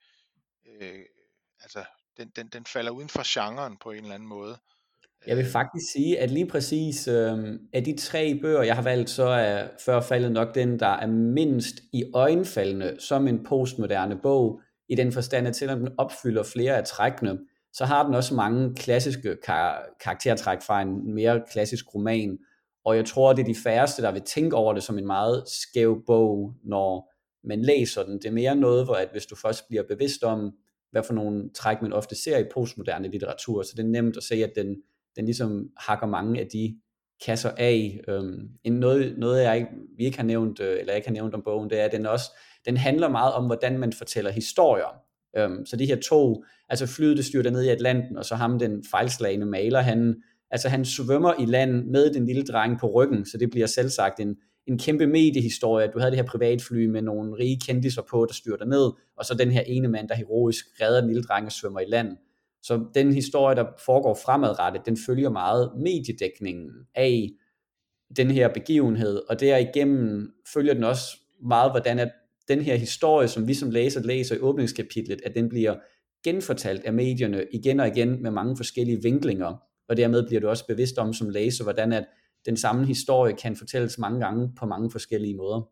altså den falder uden for genren på en eller anden måde? Jeg vil faktisk sige, at lige præcis af de 3 bøger, jeg har valgt, så er Før faldet nok den, der er mindst i øjenfaldende som en postmoderne bog, i den forstand, at selvom den opfylder flere af trækkene, så har den også mange klassiske karaktertræk fra en mere klassisk roman. Og jeg tror, det er de færreste, der vil tænke over det som en meget skæv bog, når man læser den. Det er mere noget, hvor at hvis du først bliver bevidst om, hvad for nogle træk man ofte ser i postmoderne litteratur, så det er nemt at se, at den ligesom hakker mange af de kasser af. Noget vi ikke har nævnt, eller jeg ikke har nævnt om bogen, det er, at den handler meget om, hvordan man fortæller historier. Så de her 2, altså flyet, det styrter ned i Atlanten, og så ham, den fejlslagne maler, han svømmer i land med den lille dreng på ryggen, så det bliver selvsagt en kæmpe mediehistorie, at du havde det her privatfly med nogle rige kendiser på, der styrter ned, og så den her ene mand, der heroisk redder den lille dreng og svømmer i land. Så den historie, der foregår fremadrettet, den følger meget mediedækningen af den her begivenhed, og derigennem følger den også meget, hvordan at den her historie, som vi som læser i åbningskapitlet, at den bliver genfortalt af medierne igen og igen med mange forskellige vinklinger, og dermed bliver du også bevidst om som læser, hvordan at den samme historie kan fortælles mange gange på mange forskellige måder.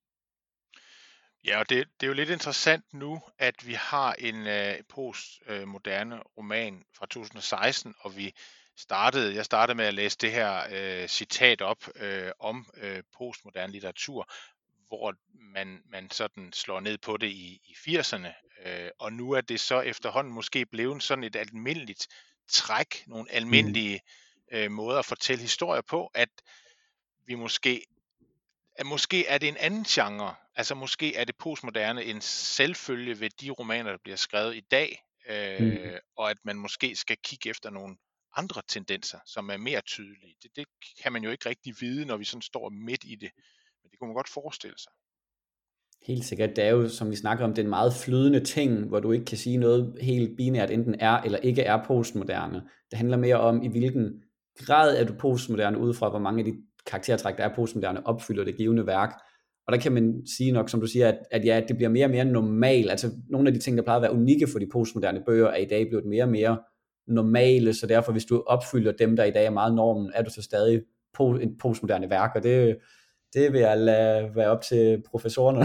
Ja, og det er jo lidt interessant nu, at vi har en postmoderne roman fra 2016, og jeg startede med at læse det her citat op om postmoderne litteratur, hvor man sådan slår ned på det i 80'erne, og nu er det så efterhånden måske blevet sådan et almindeligt træk, nogle almindelige måder at fortælle historier på, at vi måske er det en anden genre, altså måske er det postmoderne en selvfølge ved de romaner, der bliver skrevet i dag, og at man måske skal kigge efter nogle andre tendenser, som er mere tydelige. Det kan man jo ikke rigtig vide, når vi sådan står midt i det, men det kunne man godt forestille sig. Helt sikkert, det er jo, som vi snakker om, det er en meget flydende ting, hvor du ikke kan sige noget helt binært, enten er eller ikke er postmoderne. Det handler mere om, i hvilken grad er du postmoderne, ud fra hvor mange af de karaktertræk, der er postmoderne, opfylder det givende værk. Og der kan man sige nok, som du siger, at det bliver mere og mere normalt. Altså nogle af de ting, der plejede at være unikke for de postmoderne bøger, er i dag blevet mere og mere normale, så derfor hvis du opfylder dem, der i dag er meget normen, er du så stadig et postmoderne værk, og det vil jeg lade være op til professorerne.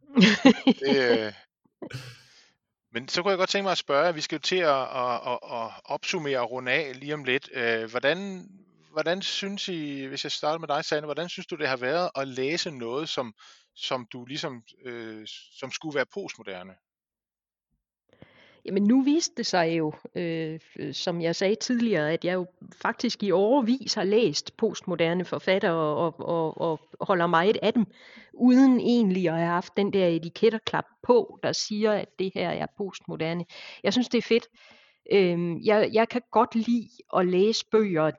Men så kunne jeg godt tænke mig at spørge, vi skal jo til at opsummere og runde af lige om lidt. Hvordan synes I, hvis jeg starter med dig, Sanne, hvordan synes du, det har været at læse noget, som du ligesom, som skulle være postmoderne? Jamen nu viste det sig jo, som jeg sagde tidligere, at jeg jo faktisk i årevis har læst postmoderne forfattere og holder meget af dem, uden egentlig at have haft den der etiketterklap på, der siger, at det her er postmoderne. Jeg synes, det er fedt. Jeg kan godt lide at læse bøger,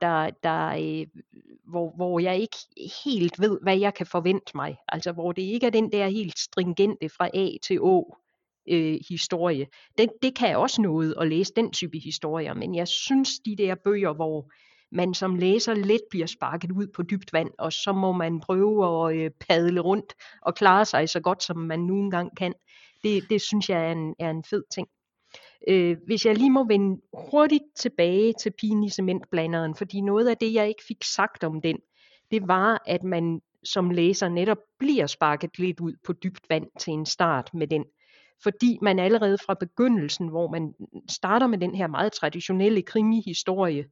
hvor jeg ikke helt ved, hvad jeg kan forvente mig. Altså hvor det ikke er den der helt stringente fra A til Å historie. Det kan også noget at læse den type historier, men jeg synes de der bøger, hvor man som læser let bliver sparket ud på dybt vand, og så må man prøve at padle rundt og klare sig så godt, som man nu engang kan. Det synes jeg er en fed ting. Hvis jeg lige må vende hurtigt tilbage til Pigen i cementblanderen, fordi noget af det, jeg ikke fik sagt om den, det var, at man som læser netop bliver sparket lidt ud på dybt vand til en start med den. Fordi man allerede fra begyndelsen, hvor man starter med den her meget traditionelle krimihistorie,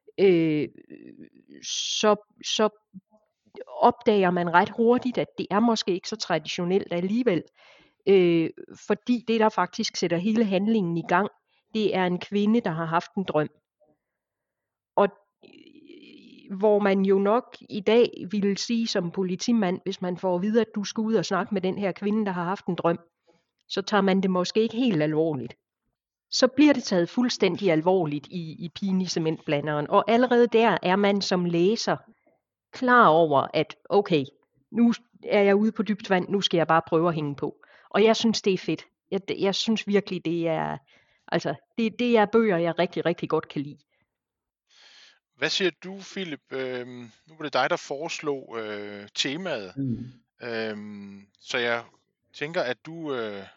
så opdager man ret hurtigt, at det er måske ikke så traditionelt alligevel. Fordi det, der faktisk sætter hele handlingen i gang, det er en kvinde, der har haft en drøm. Og hvor man jo nok i dag ville sige som politimand, hvis man får at vide, at du skal ud og snakke med den her kvinde, der har haft en drøm, så tager man det måske ikke helt alvorligt. Så bliver det taget fuldstændig alvorligt i Pigen i cementblanderen, og allerede der er man som læser klar over, at okay, nu er jeg ude på dybt vand, nu skal jeg bare prøve at hænge på. Og jeg synes, det er fedt. Jeg synes virkelig, det er bøger, jeg rigtig, rigtig godt kan lide. Hvad siger du, Philip? Nu var det dig, der foreslog temaet. Så jeg tænker, at du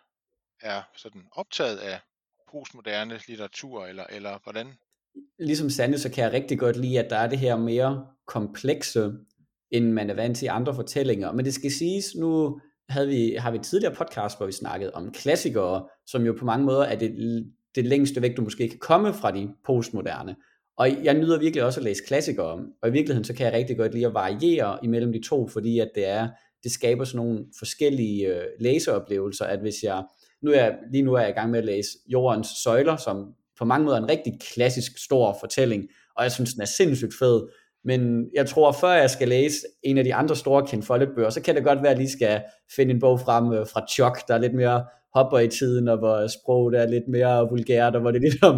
er sådan optaget af postmoderne litteratur, eller hvordan? Ligesom Sande, så kan jeg rigtig godt lide, at der er det her mere komplekse, end man er vant til i andre fortællinger. Men det skal siges, nu har vi tidligere podcast, hvor vi snakkede om klassikere, som jo på mange måder er det længste væk, du måske kan komme fra de postmoderne. Og jeg nyder virkelig også at læse klassikere, og i virkeligheden så kan jeg rigtig godt lide at variere imellem de to, fordi at det skaber sådan nogle forskellige læseoplevelser, at hvis lige nu er jeg i gang med at læse Jordens Søjler, som på mange måder en rigtig klassisk stor fortælling, og jeg synes den er sindssygt fed, men jeg tror, før jeg skal læse en af de andre store Ken Follett-bøger, så kan det godt være, at jeg lige skal finde en bog frem fra Chuck, der er lidt mere hopper i tiden, og hvor sproget er lidt mere vulgært, og hvor det ligesom,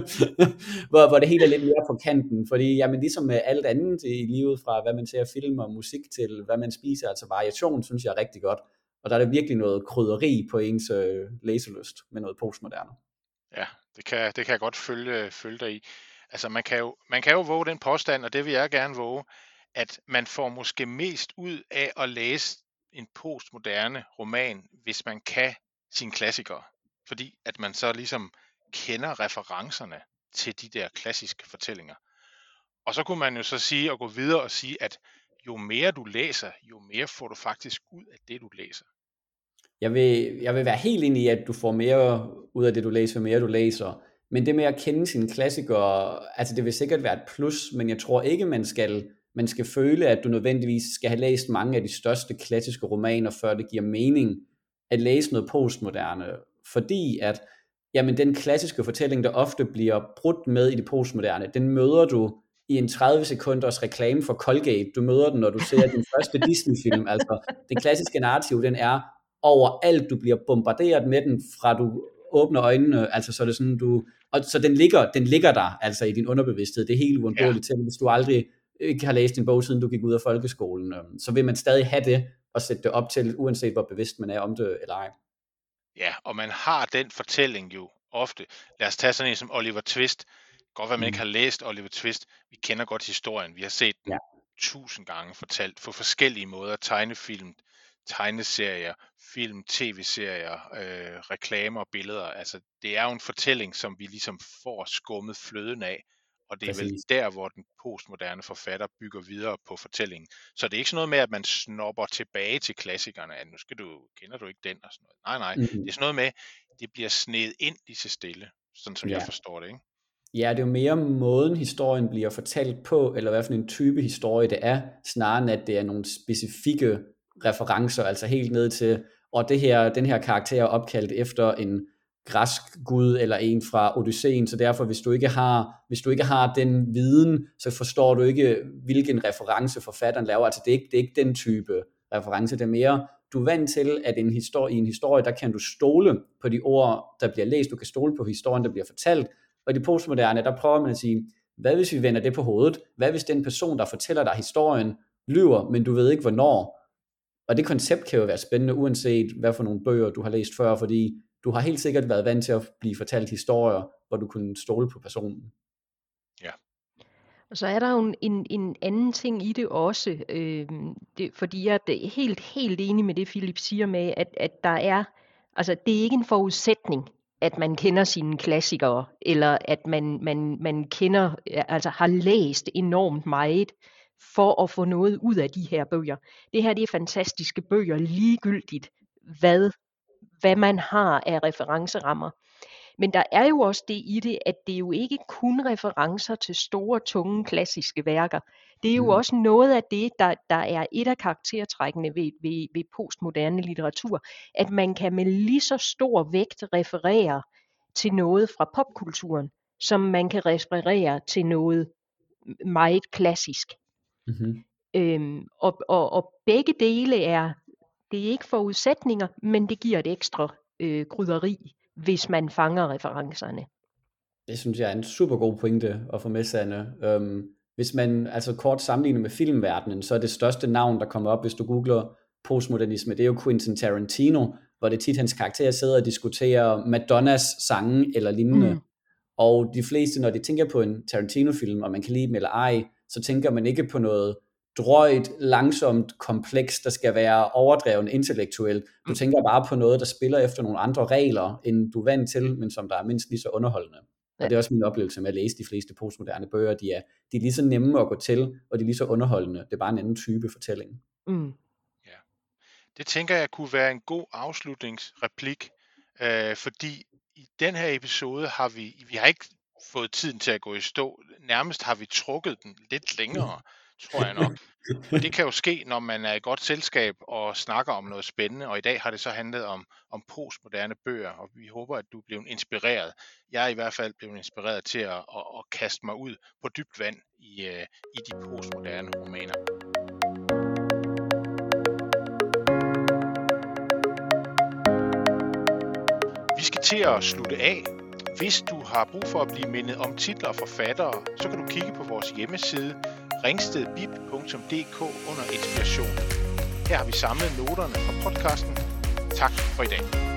hvor det hele er lidt mere på kanten, fordi jamen, ligesom med alt andet i livet, fra hvad man ser film og musik til, hvad man spiser, altså variation, synes jeg er rigtig godt, og der er der virkelig noget krydderi på ens læselyst med noget postmoderne. Ja, det kan jeg godt følge dig i. Altså man kan jo våge den påstand, og det vil jeg gerne våge, at man får måske mest ud af at læse en postmoderne roman, hvis man kan sine klassikere. Fordi at man så ligesom kender referencerne til de der klassiske fortællinger. Og så kunne man jo så sige og gå videre og sige, at jo mere du læser, jo mere får du faktisk ud af det, du læser. Jeg vil være helt enig i, at du får mere ud af det, du læser, jo mere du læser. Men det med at kende sine klassikere, altså det vil sikkert være et plus, men jeg tror ikke, man skal føle, at du nødvendigvis skal have læst mange af de største klassiske romaner, før det giver mening at læse noget postmoderne. Fordi at jamen, den klassiske fortælling, der ofte bliver brudt med i det postmoderne, den møder du i en 30 sekunders reklame for Colgate. Du møder den, når du ser din første Disney-film. Altså, den klassiske narrativ, den er overalt, du bliver bombarderet med den, fra du åbner øjnene, altså så er det sådan, så den ligger der, altså i din underbevidsthed, det er helt uundgåeligt til, hvis du aldrig ikke har læst en bog, siden du gik ud af folkeskolen, så vil man stadig have det, og sætte det op til, uanset hvor bevidst man er om det, eller ej. Ja, og man har den fortælling jo ofte. Lad os tage sådan en som Oliver Twist. Godt være, man ikke har læst Oliver Twist. Vi kender godt historien. Vi har set den 1000 gange fortalt på forskellige måder. Tegnefilm, tegneserier, film, tv-serier, reklamer og billeder. Altså, det er jo en fortælling, som vi ligesom får skummet fløden af. Og det er vel der, hvor den postmoderne forfatter bygger videre på fortællingen. Så det er ikke sådan noget med, at man snopper tilbage til klassikerne, at nu kender du ikke den og sådan noget. Nej. Det er sådan noget med, det bliver snedet ind lige så stille, sådan som jeg forstår det, ikke? Ja, det er jo mere måden historien bliver fortalt på, eller hvad for en type historie det er, snarere end at det er nogle specifikke referencer, altså helt ned til, og den her karakter er opkaldt efter en græsk gud eller en fra Odysseen, så derfor hvis du ikke har den viden, så forstår du ikke, hvilken reference forfatteren laver. Altså det er ikke den type reference, det er mere, du er vant til, at i en historie, der kan du stole på de ord, der bliver læst, du kan stole på historien, der bliver fortalt, og i det postmoderne, der prøver man at sige, hvad hvis vi vender det på hovedet? Hvad hvis den person, der fortæller dig historien, lyver, men du ved ikke hvornår? Og det koncept kan jo være spændende, uanset hvad for nogle bøger du har læst før, fordi du har helt sikkert været vant til at blive fortalt historier, hvor du kunne stole på personen. Ja. Og så er der jo en anden ting i det også, fordi jeg er helt enig med det, Philip siger med, at der er, altså det er ikke en forudsætning, at man kender sine klassikere, eller at man kender, altså har læst enormt meget, for at få noget ud af de her bøger. Det her, det er fantastiske bøger, ligegyldigt hvad man har af referencerammer. Men der er jo også det i det, at det jo ikke kun referencer til store, tunge, klassiske værker. Det er jo også noget af det, der er et af karaktertrækkene ved postmoderne litteratur, at man kan med lige så stor vægt referere til noget fra popkulturen, som man kan referere til noget meget klassisk. Og begge dele det er ikke forudsætninger, men det giver et krydderi, hvis man fanger referencerne. Det synes jeg er en super god pointe at få med, Sanne. Hvis man altså kort sammenligner med filmverdenen, så er det største navn, der kommer op, hvis du googler postmodernisme, det er jo Quentin Tarantino, hvor det tit hans karakterer sidder og diskuterer Madonnas sange eller lignende. Og de fleste, når de tænker på en Tarantino-film, og man kan lide dem eller ej, så tænker man ikke på noget drøjt, langsomt, komplekst, der skal være overdreven intellektuelt. Du tænker bare på noget, der spiller efter nogle andre regler, end du er vant til, men som der er mindst lige så underholdende. Og det er også min oplevelse med at læse de fleste postmoderne bøger. De er lige så nemme at gå til, og de er lige så underholdende. Det er bare en anden type fortælling. Ja. Det tænker jeg kunne være en god afslutningsreplik, fordi i den her episode har vi har ikke fået tiden til at gå i stå. Nærmest har vi trukket den lidt længere, tror jeg nok. Og det kan jo ske, når man er i godt selskab og snakker om noget spændende, og i dag har det så handlet om postmoderne bøger, og vi håber, at du er blevet inspireret. Jeg er i hvert fald blevet inspireret til at kaste mig ud på dybt vand i de postmoderne romaner. Vi skal til at slutte af. Hvis du har brug for at blive mindet om titler og forfattere, så kan du kigge på vores hjemmeside ringstedbib.dk under inspiration. Her har vi samlet noterne fra podcasten. Tak for i dag.